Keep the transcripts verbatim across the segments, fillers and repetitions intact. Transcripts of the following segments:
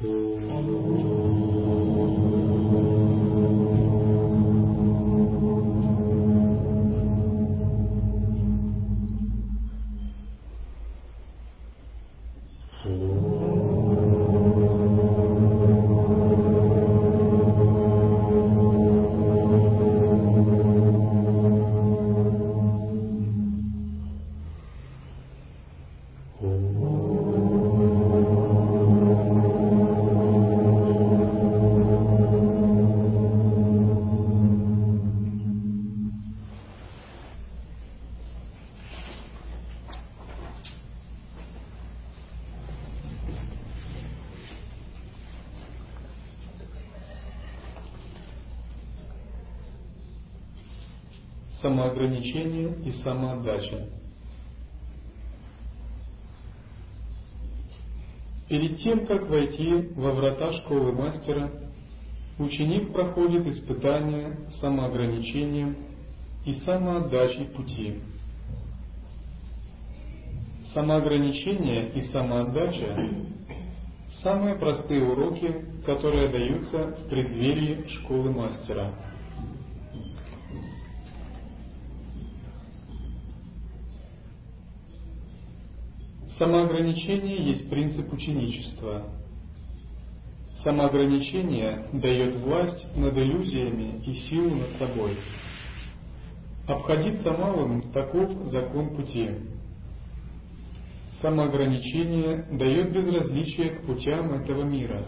Самоограничение и самоотдача. Перед тем, как войти во врата школы мастера, ученик проходит испытания самоограничением и самоотдачей пути. Самоограничение и самоотдача – самые простые уроки, которые даются в преддверии школы мастера. Самоограничение есть принцип ученичества. Самоограничение дает власть над иллюзиями и силу над собой. Обходиться малым – таков закон пути. Самоограничение дает безразличие к путям этого мира.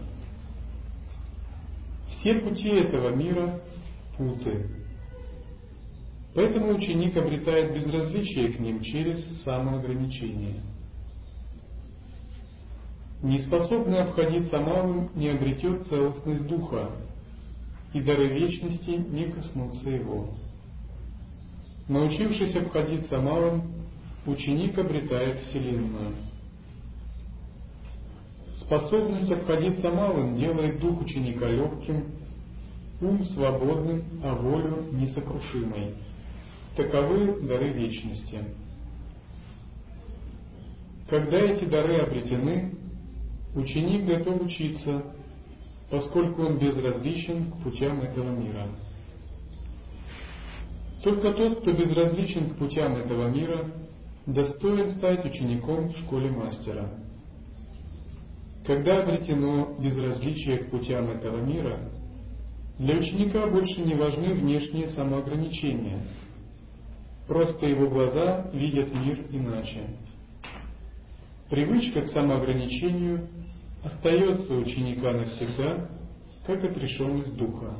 Все пути этого мира – путы. Поэтому ученик обретает безразличие к ним через самоограничение. Неспособный обходиться малым не обретет целостность духа, и дары вечности не коснутся его. Научившись обходиться малым, ученик обретает Вселенную. Способность обходиться малым делает дух ученика легким, ум свободным, а волю несокрушимой. Таковы дары вечности. Когда эти дары обретены, ученик готов учиться, поскольку он безразличен к путям этого мира. Только тот, кто безразличен к путям этого мира, достоин стать учеником в школе мастера. Когда обретено безразличие к путям этого мира, для ученика больше не важны внешние самоограничения. Просто его глаза видят мир иначе. Привычка к самоограничению остается у ученика навсегда, как отрешенность духа.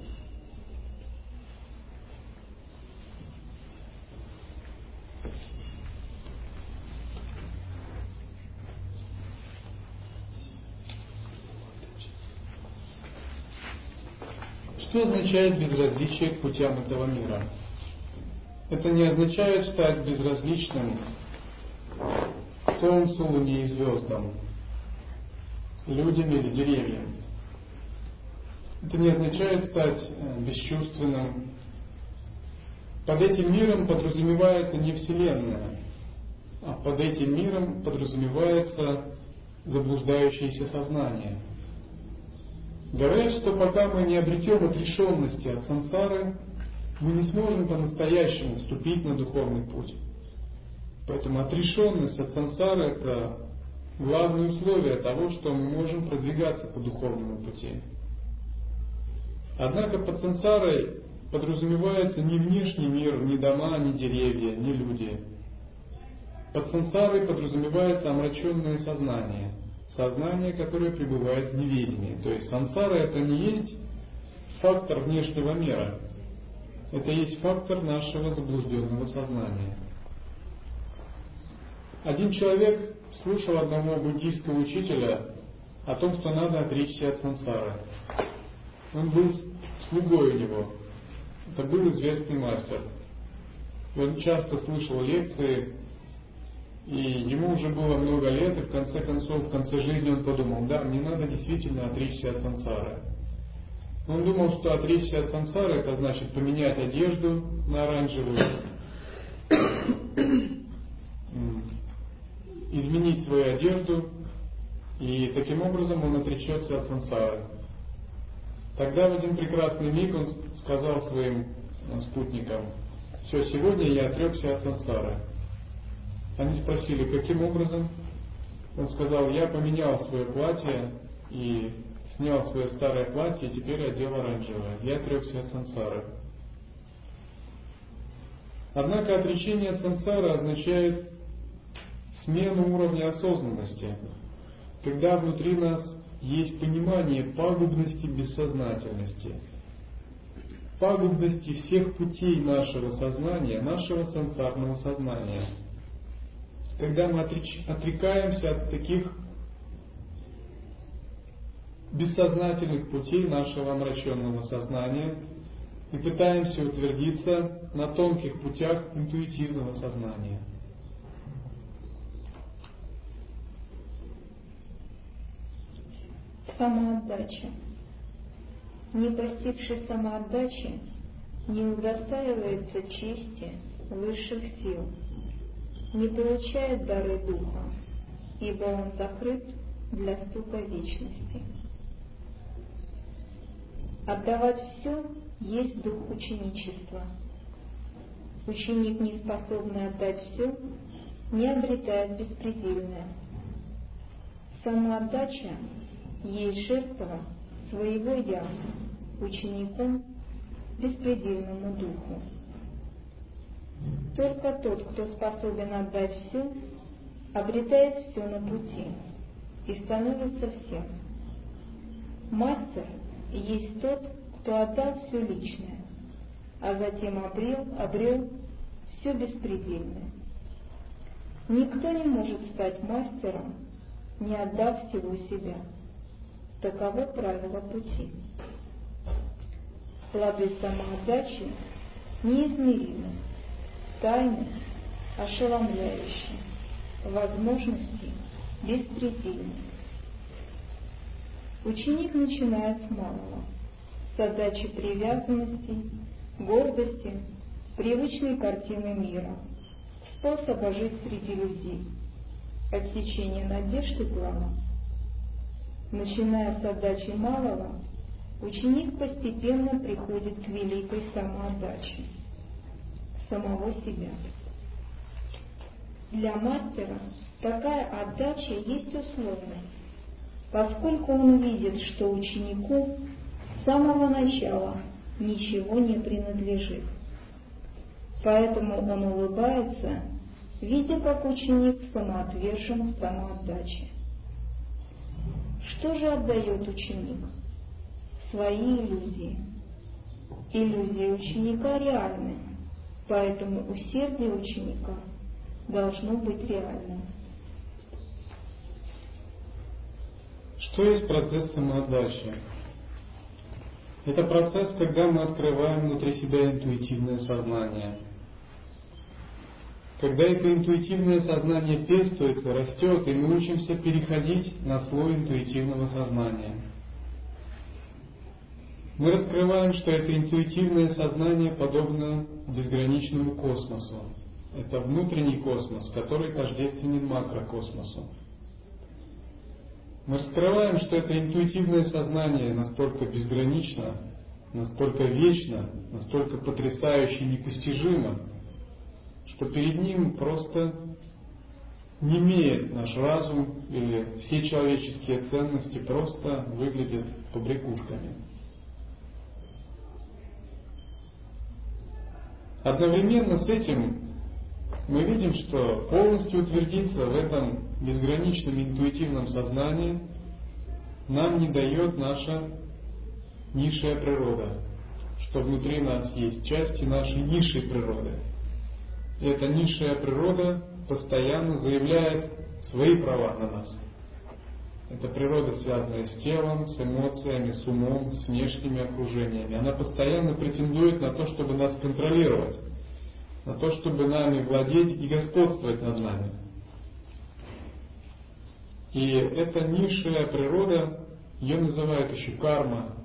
Что означает безразличие к путям этого мира? Это не означает стать безразличным к солнцу, луне и звездам, людям или деревьям. Это не означает стать бесчувственным. Под этим миром подразумевается не Вселенная, а под этим миром подразумевается заблуждающееся сознание. Говорят, что пока мы не обретем отрешенности от сансары, мы не сможем по-настоящему вступить на духовный путь. Поэтому отрешенность от сансары – это главное условие того, что мы можем продвигаться по духовному пути. Однако под сансарой подразумевается не внешний мир, ни дома, ни деревья, ни люди. Под сансарой подразумевается омраченное сознание, сознание, которое пребывает в неведении. То есть сансара – это не есть фактор внешнего мира, это есть фактор нашего заблужденного сознания. Один человек слушал одного буддийского учителя о том, что надо отречься от сансары. Он был слугой у него. Это был известный мастер. И он часто слушал лекции, и ему уже было много лет, и в конце концов, в конце жизни он подумал, да, мне надо действительно отречься от сансары. Он думал, что отречься от сансары, это значит поменять одежду на оранжевую, изменить свою одежду и таким образом он отречется от сансары. Тогда в один прекрасный миг он сказал своим спутникам: «Все, сегодня я отрекся от сансары». Они спросили: «Каким образом?» Он сказал: «Я поменял свое платье и снял свое старое платье, и теперь одел оранжевое. Я отрекся от сансары». Однако отречение от сансары означает смену уровня осознанности, когда внутри нас есть понимание пагубности бессознательности, пагубности всех путей нашего сознания, нашего сансарного сознания. Когда мы отрекаемся от таких бессознательных путей нашего омраченного сознания и пытаемся утвердиться на тонких путях интуитивного сознания. Самоотдача. Не постигший самоотдачи не удостаивается чести высших сил, не получает дары духа, ибо он закрыт для стука вечности. Отдавать все есть дух ученичества. Ученик, не способный отдать все, не обретает беспредельное. Самоотдача есть жертва своего «я» ученику беспредельному духу. Только тот, кто способен отдать все, обретает все на пути и становится всем. Мастер есть тот, кто отдал все личное, а затем обрел, обрел все беспредельное. Никто не может стать мастером, не отдав всего себя. Таково правило пути. Плоды самоотдачи неизмеримы, тайны ошеломляющие, возможности беспредельны. Ученик начинает с малого, с отдачи привязанности, гордости, привычной картины мира, способа жить среди людей, отсечения надежд и планов. Начиная с отдачи малого, ученик постепенно приходит к великой самоотдаче самого себя. Для мастера такая отдача есть условность, поскольку он видит, что ученику с самого начала ничего не принадлежит. Поэтому он улыбается, видя, как ученик самоотвержен в самоотдаче. Что же отдает ученик? Свои иллюзии. Иллюзии ученика реальны, поэтому усердие ученика должно быть реальным. Что есть процесс самоотдачи? Это процесс, когда мы открываем внутри себя интуитивное сознание. Когда это интуитивное сознание пестуется, растет, и мы учимся переходить на слой интуитивного сознания. Мы раскрываем, что это интуитивное сознание подобно безграничному космосу. Это внутренний космос, который тождественен макрокосмосу. Мы раскрываем, что это интуитивное сознание настолько безгранично, настолько вечно, настолько потрясающе непостижимо, что перед ним просто немеет наш разум, или все человеческие ценности просто выглядят побрякушками. Одновременно с этим мы видим, что полностью утвердиться в этом безграничном интуитивном сознании нам не дает наша низшая природа, что внутри нас есть части нашей низшей природы. И эта низшая природа постоянно заявляет свои права на нас. Это природа, связанная с телом, с эмоциями, с умом, с внешними окружениями. Она постоянно претендует на то, чтобы нас контролировать, на то, чтобы нами владеть и господствовать над нами. И эта низшая природа, ее называют еще карма,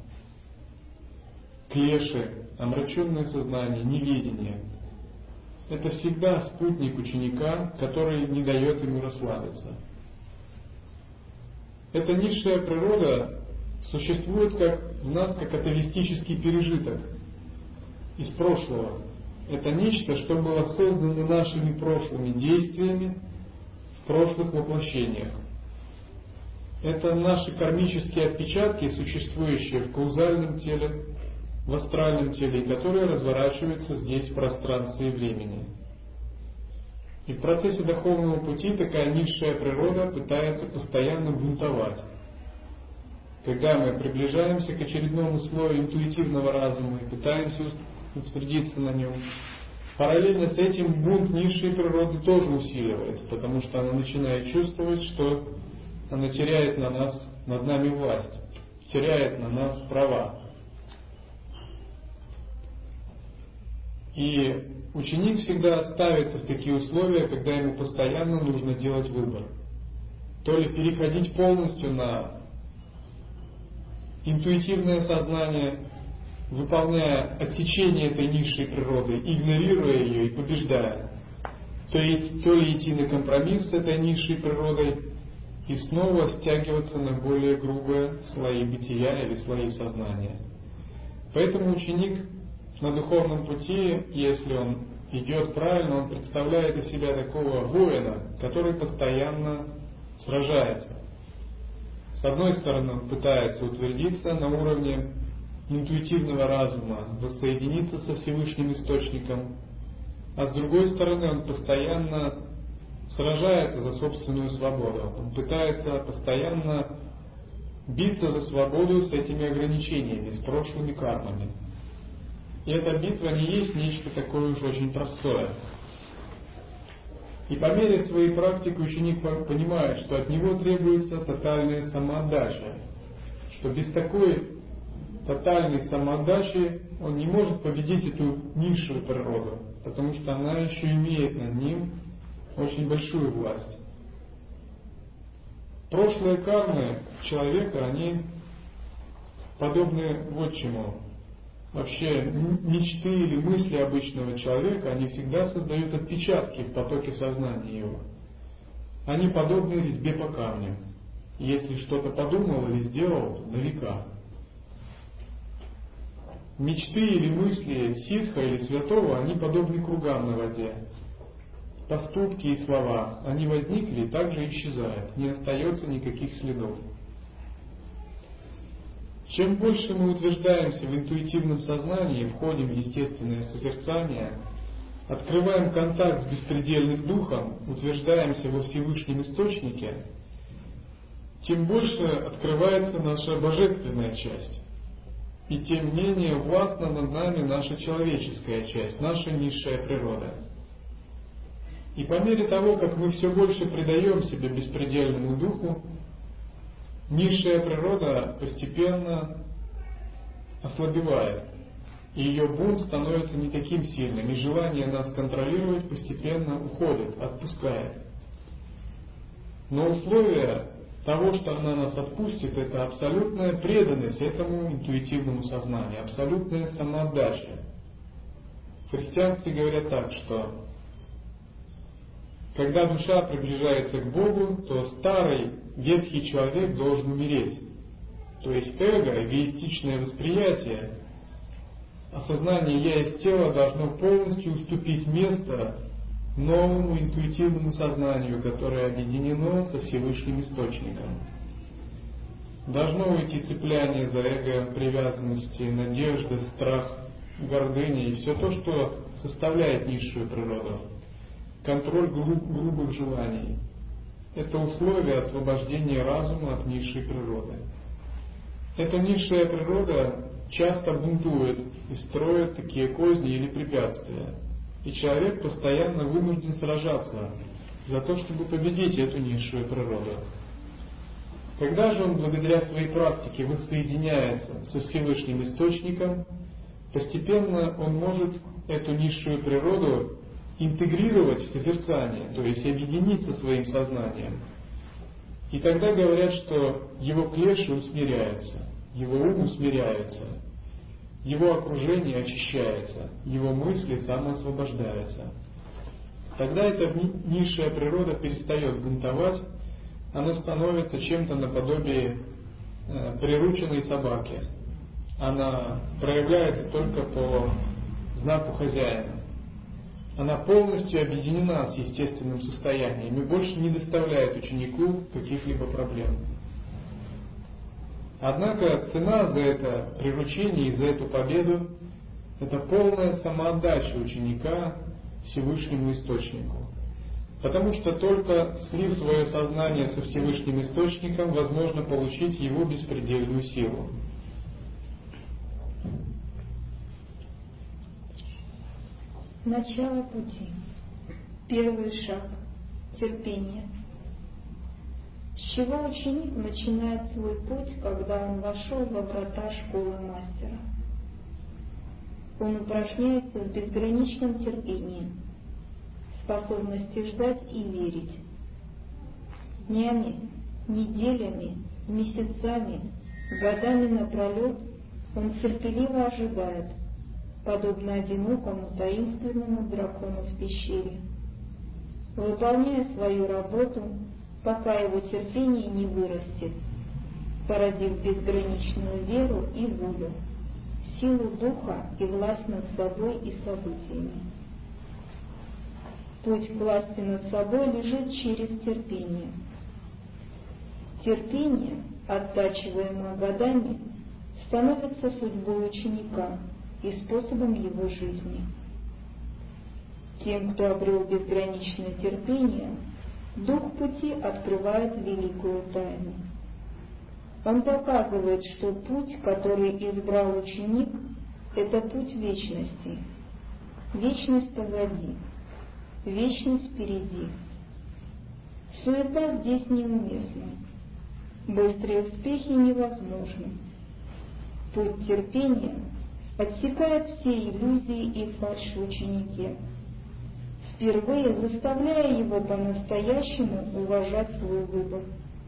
клеши, омраченное сознание, неведение. Это всегда спутник ученика, который не дает ему расслабиться. Эта низшая природа существует как в нас как атовистический пережиток из прошлого. Это нечто, что было создано нашими прошлыми действиями в прошлых воплощениях. Это наши кармические отпечатки, существующие в каузальном теле, в астральном теле, которые разворачиваются здесь в пространстве и времени. И в процессе духовного пути такая низшая природа пытается постоянно бунтовать. Когда мы приближаемся к очередному слою интуитивного разума и пытаемся утвердиться на нем, параллельно с этим бунт низшей природы тоже усиливается, потому что она начинает чувствовать, что она теряет на нас, над нами власть, теряет на нас права. И ученик всегда ставится в такие условия, когда ему постоянно нужно делать выбор. То ли переходить полностью на интуитивное сознание, выполняя отсечение этой низшей природы, игнорируя ее и побеждая, то, и, то ли идти на компромисс с этой низшей природой и снова стягиваться на более грубые слои бытия или слои сознания. Поэтому ученик на духовном пути, если он идет правильно, он представляет из себя такого воина, который постоянно сражается. С одной стороны, он пытается утвердиться на уровне интуитивного разума, воссоединиться со Всевышним Источником, а с другой стороны, он постоянно сражается за собственную свободу. Он пытается постоянно биться за свободу с этими ограничениями, с прошлыми кармами. И эта битва не есть нечто такое уж очень простое. И по мере своей практики ученик понимает, что от него требуется тотальная самоотдача, что без такой тотальной самоотдачи он не может победить эту низшую природу, потому что она еще имеет над ним очень большую власть. Прошлые кармы человека, они подобны вот чему. Вообще мечты или мысли обычного человека, они всегда создают отпечатки в потоке сознания его. Они подобны резьбе по камню. Если что-то подумал или сделал, то на века. Мечты или мысли ситха или святого, они подобны кругам на воде. Поступки и слова, они возникли и также исчезают, не остается никаких следов. Чем больше мы утверждаемся в интуитивном сознании, входим в естественное созерцание, открываем контакт с беспредельным духом, утверждаемся во Всевышнем Источнике, тем больше открывается наша божественная часть. И тем менее властна над нами наша человеческая часть, наша низшая природа. И по мере того, как мы все больше предаем себя беспредельному духу, низшая природа постепенно ослабевает, и ее бунт становится не таким сильным, и желание нас контролировать постепенно уходит, отпускает. Но условие того, что она нас отпустит, это абсолютная преданность этому интуитивному сознанию, абсолютная самоотдача. Христианцы говорят так, что когда душа приближается к Богу, то старый ветхий человек должен умереть. То есть эго, эгоистичное восприятие, осознание «я» из тела должно полностью уступить место новому интуитивному сознанию, которое объединено со Всевышним Источником. Должно уйти цепляние за эго, привязанности, надежды, страх, гордыня и все то, что составляет низшую природу. Контроль груб, грубых желаний. Это условие освобождения разума от низшей природы. Эта низшая природа часто бунтует и строит такие козни или препятствия. И человек постоянно вынужден сражаться за то, чтобы победить эту низшую природу. Когда же он благодаря своей практике воссоединяется со Всевышним Источником, постепенно он может эту низшую природу интегрировать в созерцание, то есть объединить со своим сознанием. И тогда говорят, что его клеши усмиряются, его ум усмиряется, его окружение очищается, его мысли самоосвобождаются. Тогда эта низшая природа перестает бунтовать, оно становится чем-то наподобие э, прирученной собаки. Она проявляется только по знаку хозяина. Она полностью объединена с естественным состоянием и больше не доставляет ученику каких-либо проблем. Однако цена за это приручение и за эту победу – это полная самоотдача ученика Всевышнему Источнику. Потому что только слив свое сознание со Всевышним Источником, возможно получить его беспредельную силу. Начало пути. Первый шаг. Терпение. С чего ученик начинает свой путь, когда он вошел во врата школы мастера? Он упражняется в безграничном терпении, способности ждать и верить. Днями, неделями, месяцами, годами напролет он терпеливо ожидает, подобно одинокому таинственному дракону в пещере, выполняя свою работу, пока его терпение не вырастет, породив безграничную веру и волю, силу духа и власть над собой и событиями. Путь к власти над собой лежит через терпение. Терпение, оттачиваемое годами, становится судьбой ученика и способом его жизни. Тем, кто обрел безграничное терпение, дух пути открывает великую тайну. Он показывает, что путь, который избрал ученик, это путь вечности. Вечность позади, вечность впереди. Суета здесь неуместна. Быстрые успехи невозможны. Путь терпения отсекает все иллюзии и фальшь в ученике, впервые заставляя его по-настоящему уважать свой выбор.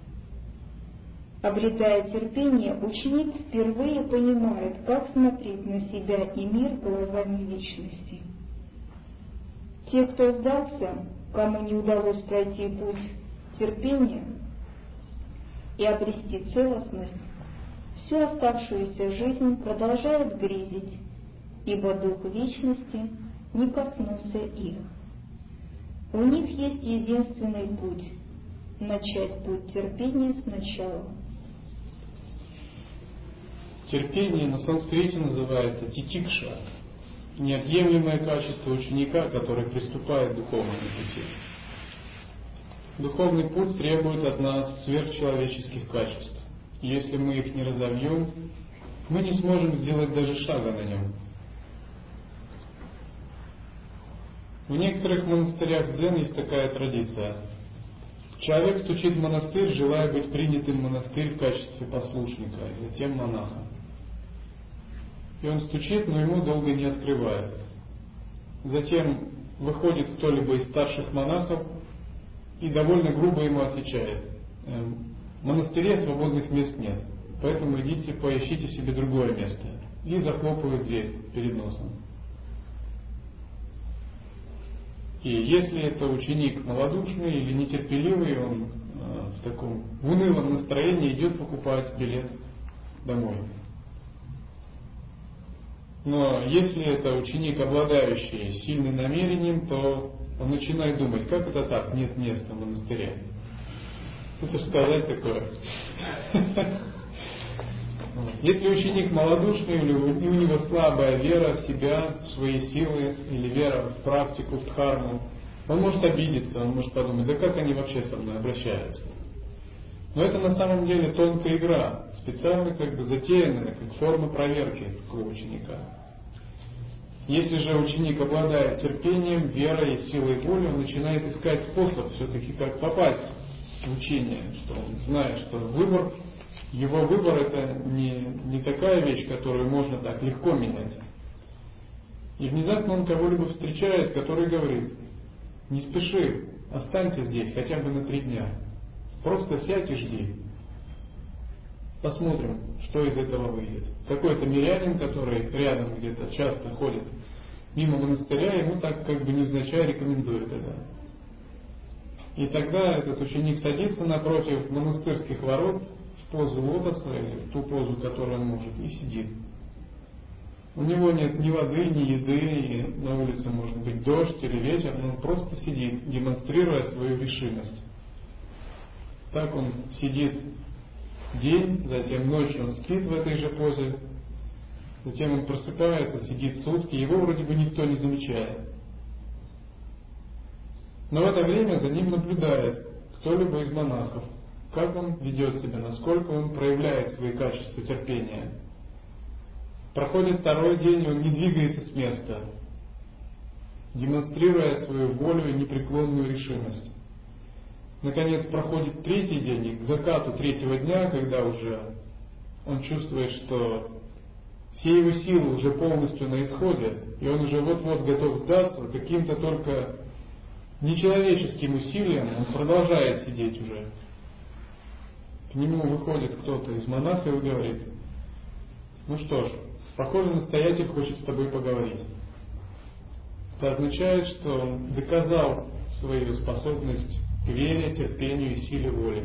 Обретая терпение, ученик впервые понимает, как смотреть на себя и мир глазами вечности. Те, кто сдался, кому не удалось пройти путь терпения и обрести целостность, всю оставшуюся жизнь продолжают грезить, ибо дух вечности не коснулся их. У них есть единственный путь — начать путь терпения сначала. Терпение на санскрите называется титикша, неотъемлемое качество ученика, который приступает к духовному пути. Духовный путь требует от нас сверхчеловеческих качеств. Если мы их не разовьем, мы не сможем сделать даже шага на нем. В некоторых монастырях дзен есть такая традиция. Человек стучит в монастырь, желая быть принятым в монастырь в качестве послушника, и затем монаха. И он стучит, но ему долго не открывают. Затем выходит кто-либо из старших монахов и довольно грубо ему отвечает: в монастыре свободных мест нет, поэтому идите поищите себе другое место. И захлопывают дверь перед носом. И если это ученик малодушный или нетерпеливый, он э, в таком в унылом настроении идет покупать билет домой. Но если это ученик, обладающий сильным намерением, то он начинает думать: как это так, нет места в монастыре? Это сказать такое. Если ученик малодушный, и у него слабая вера в себя, в свои силы, или вера в практику, в дхарму, он может обидеться, он может подумать: да как они вообще со мной обращаются? Но это на самом деле тонкая игра, специально как бы затеянная, как форма проверки такого ученика. Если же ученик обладает терпением, верой, силой воли, он начинает искать способ все-таки как попасть в учение, что он знает, что выбор, его выбор это не, не такая вещь, которую можно так легко менять. И внезапно он кого-либо встречает, который говорит: не спеши, останься здесь хотя бы на три дня. Просто сядь и жди. Посмотрим, что из этого выйдет. Какой-то мирянин, который рядом где-то часто ходит мимо монастыря, ему так как бы невзначай рекомендует это. И тогда этот ученик садится напротив монастырских ворот в позу лотоса, или в ту позу, которую он может, и сидит. У него нет ни воды, ни еды, и на улице может быть дождь или ветер, но он просто сидит, демонстрируя свою решимость. Так он сидит день, затем ночью он спит в этой же позе, затем он просыпается, сидит сутки, его вроде бы никто не замечает. Но в это время за ним наблюдает кто-либо из монахов, как он ведет себя, насколько он проявляет свои качества терпения. Проходит второй день, и он не двигается с места, демонстрируя свою волю и непреклонную решимость. Наконец проходит третий день, и к закату третьего дня, когда уже он чувствует, что все его силы уже полностью на исходе, и он уже вот-вот готов сдаться, каким-то только нечеловеческим усилием он продолжает сидеть уже. К нему выходит кто-то из монахов и говорит: ну что ж, похоже, настоятель хочет с тобой поговорить. Это означает, что он доказал свою способность к вере, терпению и силе воли.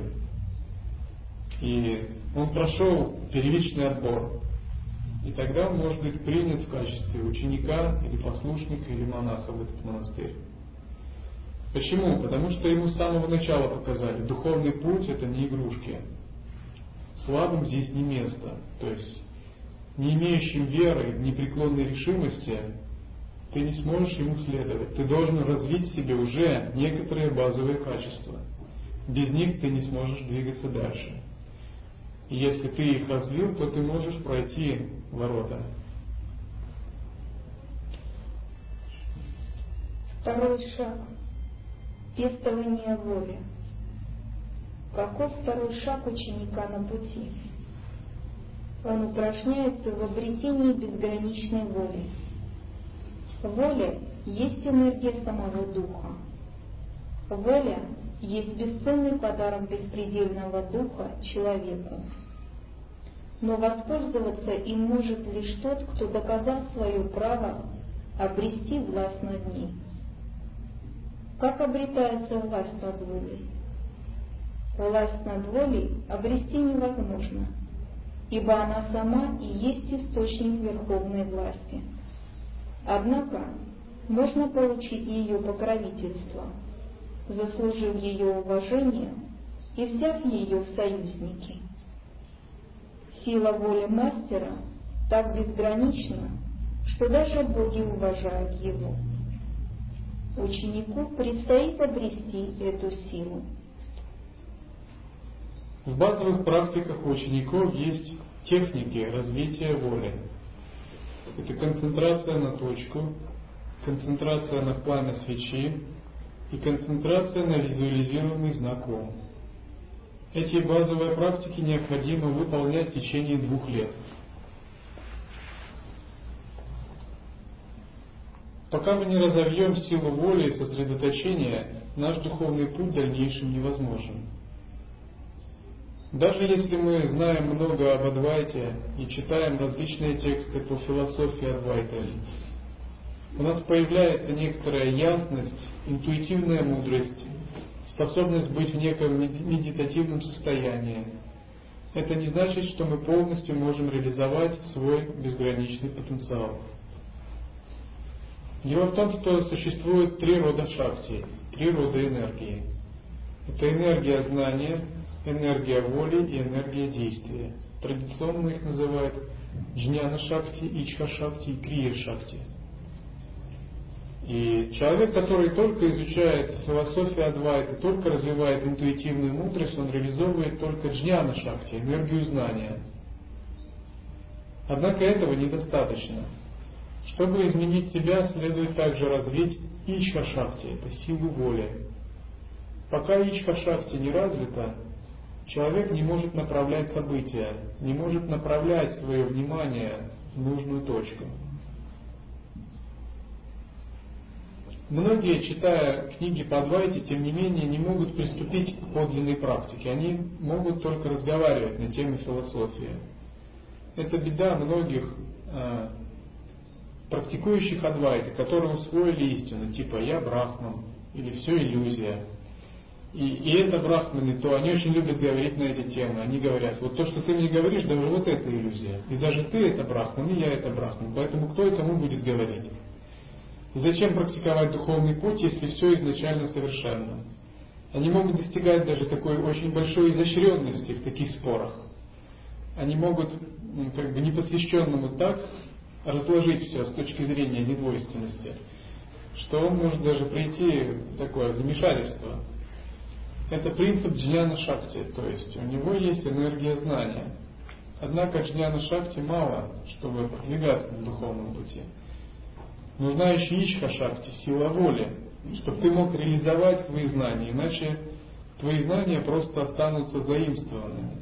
И он прошел первичный отбор. И тогда он может быть принят в качестве ученика или послушника или монаха в этот монастырь. Почему? Потому что ему с самого начала показали: духовный путь — это не игрушки. Слабым здесь не место. То есть не имеющим веры, непреклонной решимости, ты не сможешь ему следовать. Ты должен развить в себе уже некоторые базовые качества. Без них ты не сможешь двигаться дальше. И если ты их развил, то ты можешь пройти ворота. Второй шаг. Пестование воли. Каков второй шаг ученика на пути? Он упражняется в обретении безграничной воли. Воля есть энергия самого Духа. Воля есть бесценный подарок беспредельного Духа человеку. Но воспользоваться им может лишь тот, кто доказал свое право обрести власть над ней. Как обретается власть над волей? Власть над волей обрести невозможно, ибо она сама и есть источник верховной власти. Однако можно получить ее покровительство, заслужив ее уважение и взяв ее в союзники. Сила воли мастера так безгранична, что даже боги уважают его. Ученику предстоит обрести эту силу. В базовых практиках у учеников есть техники развития воли. Это концентрация на точку, концентрация на пламя свечи и концентрация на визуализируемый знак Ом. Эти базовые практики необходимо выполнять в течение двух лет. Пока мы не разовьем силу воли и сосредоточения, наш духовный путь в дальнейшем невозможен. Даже если мы знаем много об Адвайте и читаем различные тексты по философии Адвайты, у нас появляется некоторая ясность, интуитивная мудрость, способность быть в неком медитативном состоянии. Это не значит, что мы полностью можем реализовать свой безграничный потенциал. Дело в том, что существует три рода шакти, три рода энергии. Это энергия знания, энергия воли и энергия действия. Традиционно их называют джняна-шакти, ичха-шакти и крия-шакти. И человек, который только изучает философию Адвайты, только развивает интуитивную мудрость, он реализовывает только джняна-шакти, энергию знания. Однако этого недостаточно. Чтобы изменить себя, следует также развить ичха-шакти, это силу воли. Пока ичха-шакти не развита, человек не может направлять события, не может направлять свое внимание в нужную точку. Многие, читая книги по Адвайте, тем не менее не могут приступить к подлинной практике. Они могут только разговаривать на темы философии. Это беда многих э, практикующих Адвайты, которые усвоили истину, типа «я брахман» или «все иллюзия». И, и это брахманы, то они очень любят говорить на эти темы. Они говорят, вот то, что ты мне говоришь, даже вот это иллюзия. И даже ты это брахман, и я это брахман. Поэтому кто и кому будет говорить? И зачем практиковать духовный путь, если все изначально совершенно? Они могут достигать даже такой очень большой изощренности в таких спорах. Они могут, ну, как бы непосвященному так разложить все с точки зрения недвойственности, что он может даже прийти в такое замешательство. Это принцип джняна шакти, то есть у него есть энергия знания. Однако джняна шакти мало, чтобы продвигаться на духовном пути. Нужна еще ичха шакти, сила воли, чтобы ты мог реализовать свои знания, иначе твои знания просто останутся заимствованными.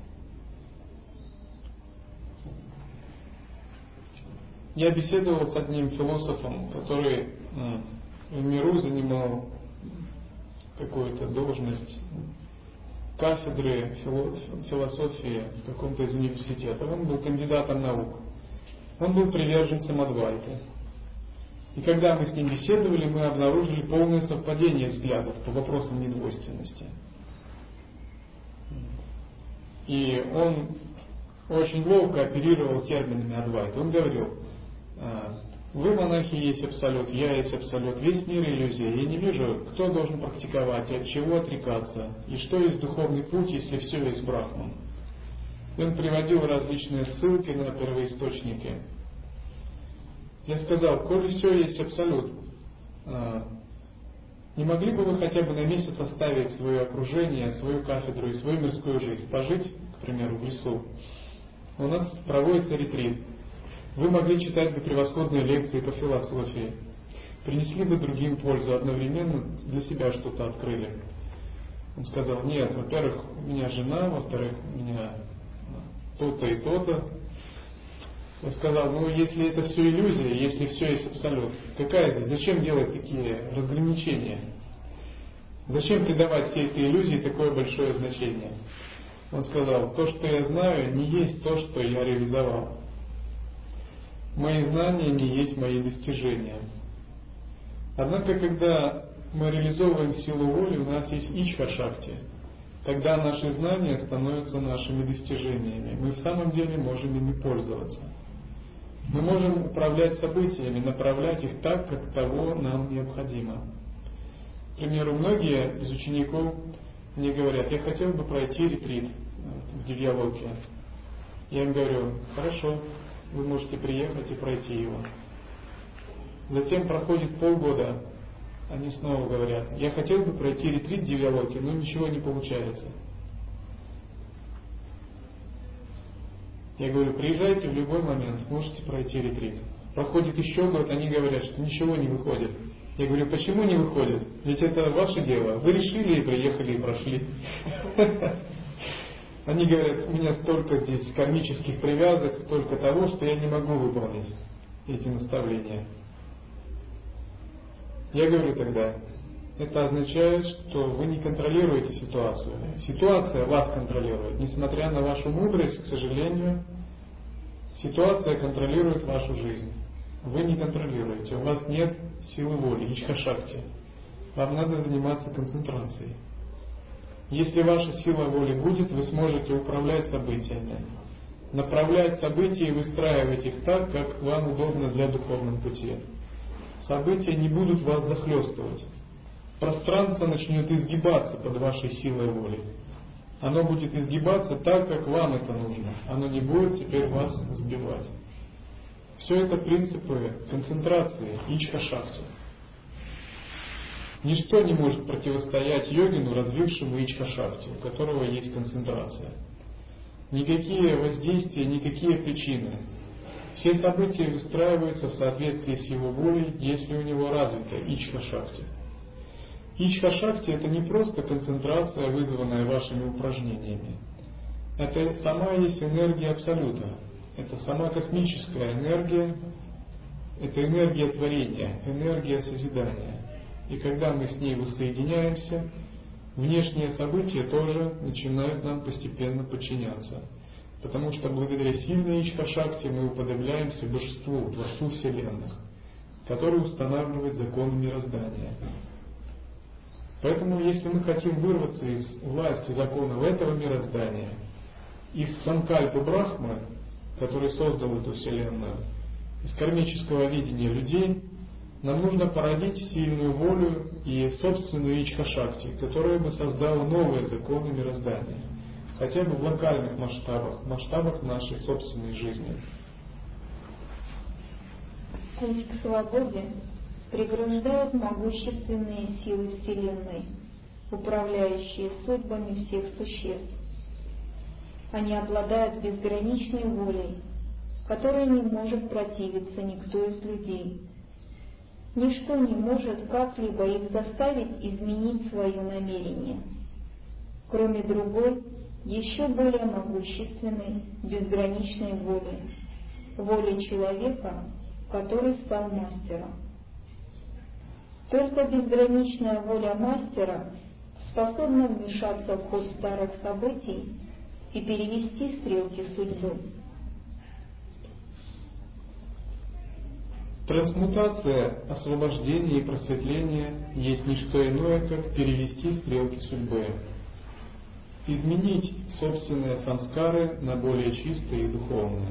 Я беседовал с одним философом, который в миру занимал какую-то должность кафедры философии в каком-то из университетов. Он был кандидатом наук. Он был приверженцем Адвайты. И когда мы с ним беседовали, мы обнаружили полное совпадение взглядов по вопросам недвойственности. И он очень ловко оперировал терминами Адвайты. Он говорил: вы, монахи, есть абсолют, я есть абсолют, весь мир иллюзия. Я не вижу, кто должен практиковать, от чего отрекаться, и что есть духовный путь, если все есть брахман. И он приводил различные ссылки на первоисточники. Я сказал: коли все есть абсолют, не могли бы вы хотя бы на месяц оставить свое окружение, свою кафедру и свою мирскую жизнь, пожить, к примеру, в лесу? У нас проводится ретрит. Вы могли читать бы превосходные лекции по философии, принесли бы другим пользу, одновременно для себя что-то открыли. Он сказал: нет, во-первых, у меня жена, во-вторых, у меня то-то и то-то. Я сказал: ну, если это все иллюзия, если все есть абсолют, какая здесь, зачем делать такие разграничения? Зачем придавать всей этой иллюзии такое большое значение? Он сказал: то, что я знаю, не есть то, что я реализовал. Мои знания не есть мои достижения. Однако, когда мы реализовываем силу воли, у нас есть ичха шакти. Тогда наши знания становятся нашими достижениями. Мы в самом деле можем ими пользоваться. Мы можем управлять событиями, направлять их так, как того нам необходимо. К примеру, многие из учеников мне говорят: я хотел бы пройти ретрит в Дивьялоке. Я им говорю: хорошо, вы можете приехать и пройти его. Затем проходит полгода, они снова говорят: я хотел бы пройти ретрит в Дивьялоке, но ничего не получается. Я говорю: приезжайте в любой момент, можете пройти ретрит. Проходит еще год, они говорят, что ничего не выходит. Я говорю: почему не выходит? Ведь это ваше дело. Вы решили и приехали и прошли. Они говорят: у меня столько здесь кармических привязок, столько того, что я не могу выполнить эти наставления. Я говорю тогда: это означает, что вы не контролируете ситуацию. Ситуация вас контролирует. Несмотря на вашу мудрость, к сожалению, ситуация контролирует вашу жизнь. Вы не контролируете, у вас нет силы воли, ичха-шакти. Вам надо заниматься концентрацией. Если ваша сила воли будет, вы сможете управлять событиями, направлять события и выстраивать их так, как вам удобно для духовного пути. События не будут вас захлестывать. Пространство начнет изгибаться под вашей силой воли. Оно будет изгибаться так, как вам это нужно. Оно не будет теперь вас сбивать. Все это принципы концентрации, ичха-шакти. Ничто не может противостоять йогину, развившему ичха-шакти, у которого есть концентрация. Никакие воздействия, никакие причины. Все события выстраиваются в соответствии с его волей, если у него развита ичха-шакти. Ичха-шакти — это не просто концентрация, вызванная вашими упражнениями. Это сама есть энергия Абсолюта. Это сама космическая энергия, это энергия творения, энергия созидания. И когда мы с ней воссоединяемся, внешние события тоже начинают нам постепенно подчиняться. Потому что благодаря сильной ичха-шакти мы уподобляемся Божеству, Творцу Вселенных, который устанавливает законы мироздания. Поэтому, если мы хотим вырваться из власти законов этого мироздания, из Санкальпы Брахмы, который создал эту Вселенную, из кармического видения людей, нам нужно породить сильную волю и собственную ичха-шакти, которая бы создала новые законы мироздания, хотя бы в локальных масштабах, масштабах нашей собственной жизни. Путь к свободе преграждают могущественные силы Вселенной, управляющие судьбами всех существ. Они обладают безграничной волей, которой не может противиться никто из людей. Ничто не может как-либо их заставить изменить свое намерение, кроме другой, еще более могущественной, безграничной воли, воли человека, который стал мастером. Только безграничная воля мастера способна вмешаться в ход старых событий и перевести стрелки судьбы. Трансмутация, освобождение и просветление есть не что иное, как перевести стрелки судьбы, изменить собственные самскары на более чистые и духовные.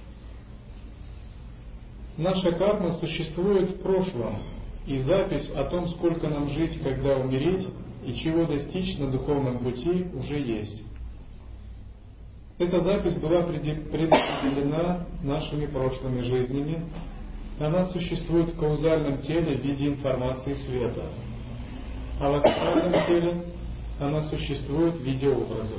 Наша карма существует в прошлом, и запись о том, сколько нам жить, когда умереть, и чего достичь на духовном пути, уже есть. Эта запись была предопределена нашими прошлыми жизнями. Она существует в каузальном теле в виде информации света, а в астральном теле она существует в виде образов.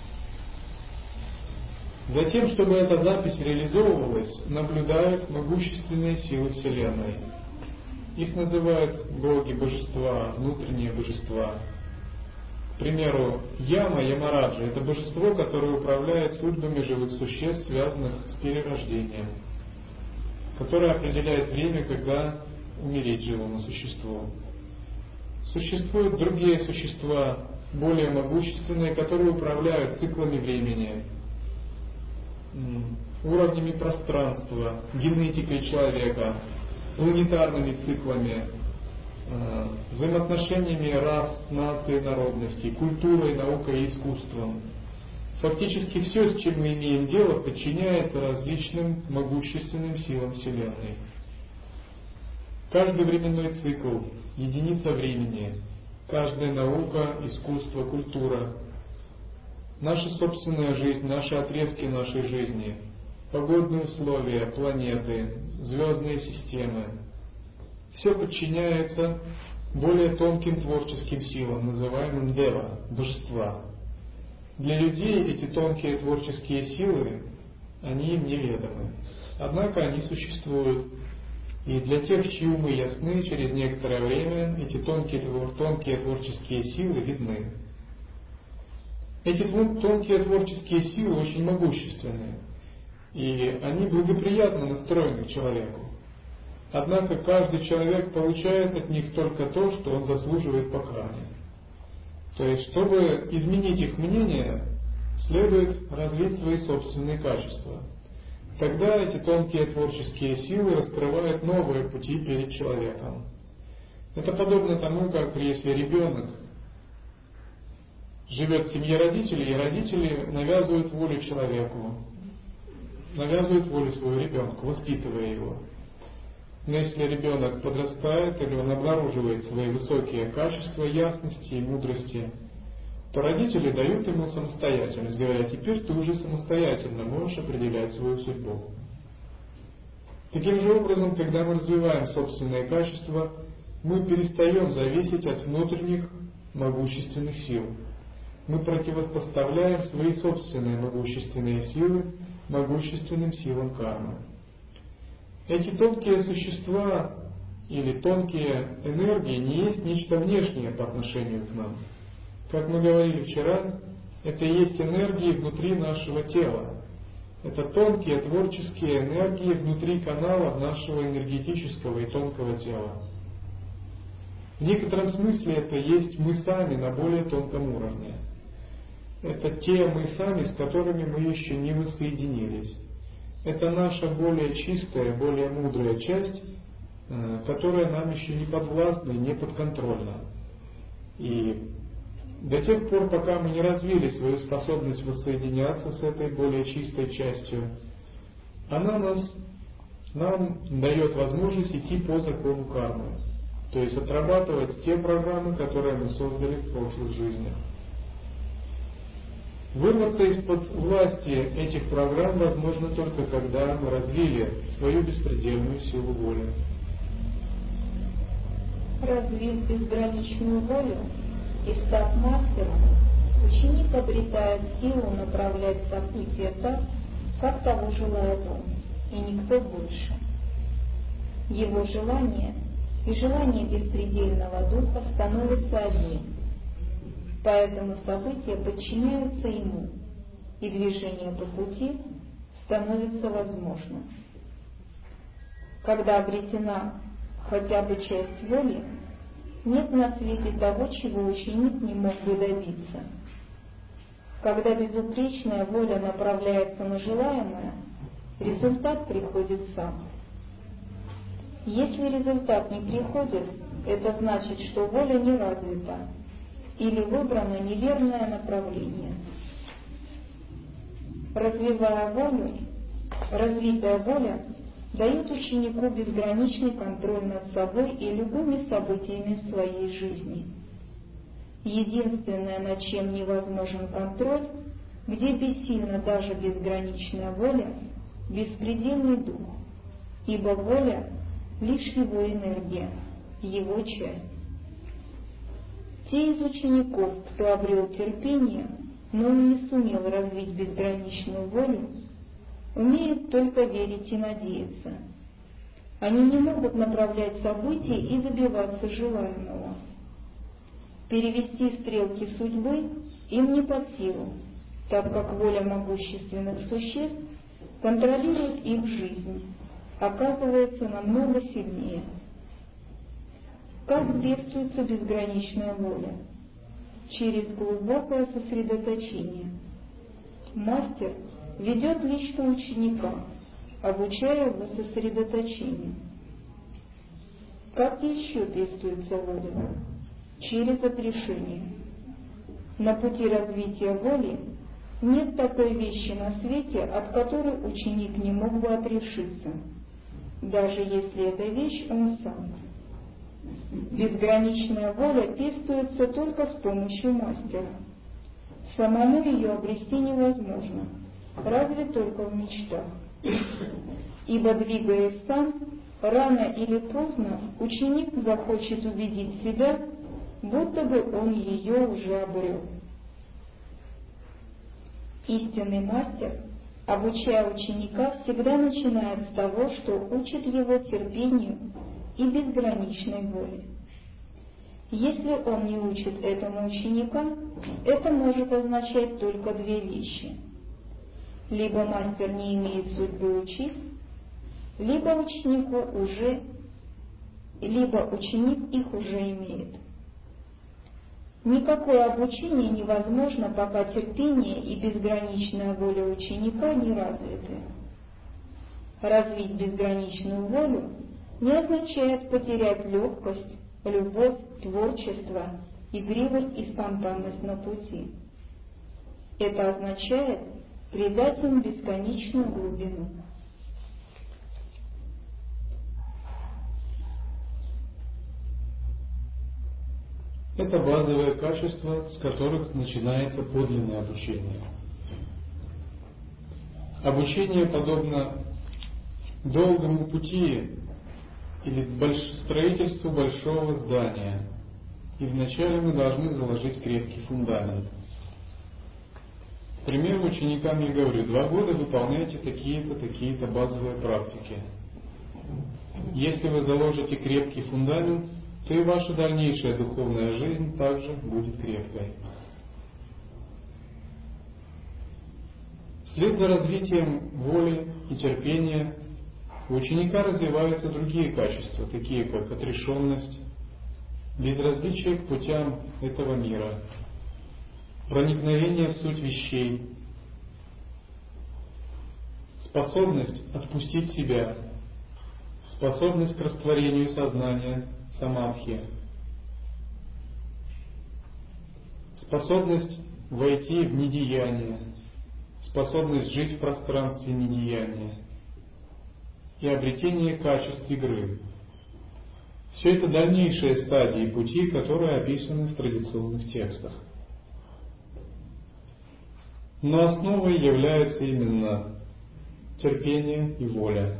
Затем, чтобы эта запись реализовывалась, наблюдают могущественные силы Вселенной. Их называют боги, божества, внутренние божества. К примеру, Яма, Ямараджа – это божество, которое управляет судьбами живых существ, связанных с перерождением, которое определяет время, когда умереть живому существу. Существуют другие существа, более могущественные, которые управляют циклами времени, уровнями пространства, генетикой человека, планетарными циклами, взаимоотношениями рас, наций, народностей, культурой, наукой и искусством. Фактически все, с чем мы имеем дело, подчиняется различным могущественным силам Вселенной. Каждый временной цикл, единица времени, каждая наука, искусство, культура, наша собственная жизнь, наши отрезки нашей жизни, погодные условия, планеты, звездные системы, все подчиняется более тонким творческим силам, называемым дева, божества. Для людей эти тонкие творческие силы, они им неведомы. Однако они существуют. И для тех, чьи умы ясны, через некоторое время эти тонкие, тонкие творческие силы видны. Эти тонкие творческие силы очень могущественные, и они благоприятно настроены к человеку. Однако каждый человек получает от них только то, что он заслуживает по карме. То есть, чтобы изменить их мнение, следует развить свои собственные качества. Тогда эти тонкие творческие силы раскрывают новые пути перед человеком. Это подобно тому, как если ребенок живет в семье родителей, и родители навязывают волю человеку, навязывают волю своего ребенка, воспитывая его. Но если ребенок подрастает или он обнаруживает свои высокие качества ясности и мудрости, то родители дают ему самостоятельность, говоря: теперь ты уже самостоятельно можешь определять свою судьбу. Таким же образом, когда мы развиваем собственные качества, мы перестаем зависеть от внутренних могущественных сил. Мы противопоставляем свои собственные могущественные силы могущественным силам кармы. Эти тонкие существа или тонкие энергии не есть нечто внешнее по отношению к нам. Как мы говорили вчера, это и есть энергии внутри нашего тела. Это тонкие творческие энергии внутри каналов нашего энергетического и тонкого тела. В некотором смысле это есть мы сами на более тонком уровне. Это те мы сами, с которыми мы еще не воссоединились. Это наша более чистая, более мудрая часть, которая нам еще не подвластна и не подконтрольна. И до тех пор, пока мы не развили свою способность воссоединяться с этой более чистой частью, она нас, нам дает возможность идти по закону кармы, то есть отрабатывать те программы, которые мы создали в прошлых жизнях. Вырваться из-под власти этих программ возможно только когда мы развили свою беспредельную силу воли. Развив безграничную волю и став мастером, ученик обретает силу направлять события так, как того желает он, и никто больше. Его желание и желание беспредельного духа становятся одним. Поэтому события подчиняются ему, и движение по пути становится возможным. Когда обретена хотя бы часть воли, нет на свете того, чего ученик не мог бы добиться. Когда безупречная воля направляется на желаемое, результат приходит сам. Если результат не приходит, это значит, что воля не развита, или выбрано неверное направление. Развивая волю, развитая воля дает ученику безграничный контроль над собой и любыми событиями в своей жизни. Единственное, над чем невозможен контроль, где бессильна даже безграничная воля, беспредельный дух, ибо воля — лишь его энергия, его часть. Те из учеников, кто обрел терпение, но не сумел развить безграничную волю, умеют только верить и надеяться. Они не могут направлять события и добиваться желаемого. Перевести стрелки судьбы им не под силу, так как воля могущественных существ контролирует их жизнь, оказывается намного сильнее. Как пестуется безграничная воля? Через глубокое сосредоточение. Мастер ведет лично ученика, обучая его сосредоточению. Как еще пестуется воля? Через отрешение. На пути развития воли нет такой вещи на свете, от которой ученик не мог бы отрешиться, даже если эта вещь он сам. Безграничная воля пестуется только с помощью мастера. Самому ее обрести невозможно, разве только в мечтах. Ибо, двигаясь сам, рано или поздно ученик захочет убедить себя, будто бы он ее уже обрел. Истинный мастер, обучая ученика, всегда начинает с того, что учит его терпению и безграничной воле. Если он не учит этому ученика, это может означать только две вещи. Либо мастер не имеет судьбы учить, либо ученику уже, либо ученик их уже имеет. Никакое обучение невозможно, пока терпение и безграничная воля ученика не развиты. Развить безграничную волю не означает потерять легкость, любовь, творчество, игривость и спонтанность на пути. Это означает придать им бесконечную глубину. Это базовые качества, с которых начинается подлинное обучение. Обучение подобно долгому пути или больш... строительству большого здания. И вначале мы должны заложить крепкий фундамент. К примеру, ученикам я говорю, два года выполняйте такие-то, такие-то базовые практики. Если вы заложите крепкий фундамент, то и ваша дальнейшая духовная жизнь также будет крепкой. Вслед за развитием воли и терпения у ученика развиваются другие качества, такие как отрешенность, безразличие к путям этого мира, проникновение в суть вещей, способность отпустить себя, способность к растворению сознания, самадхи. способность войти в недеяние, способность жить в пространстве недеяния и обретение качеств игры. Все это дальнейшие стадии пути, которые описаны в традиционных текстах. Но основой является именно терпение и воля.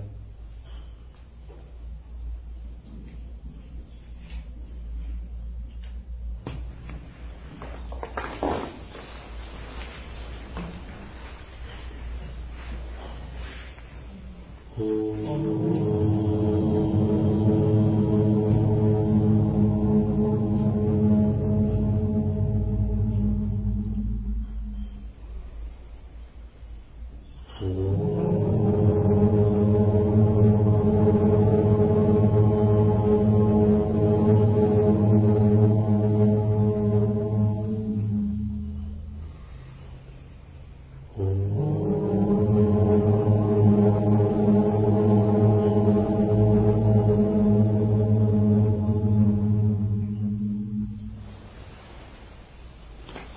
Om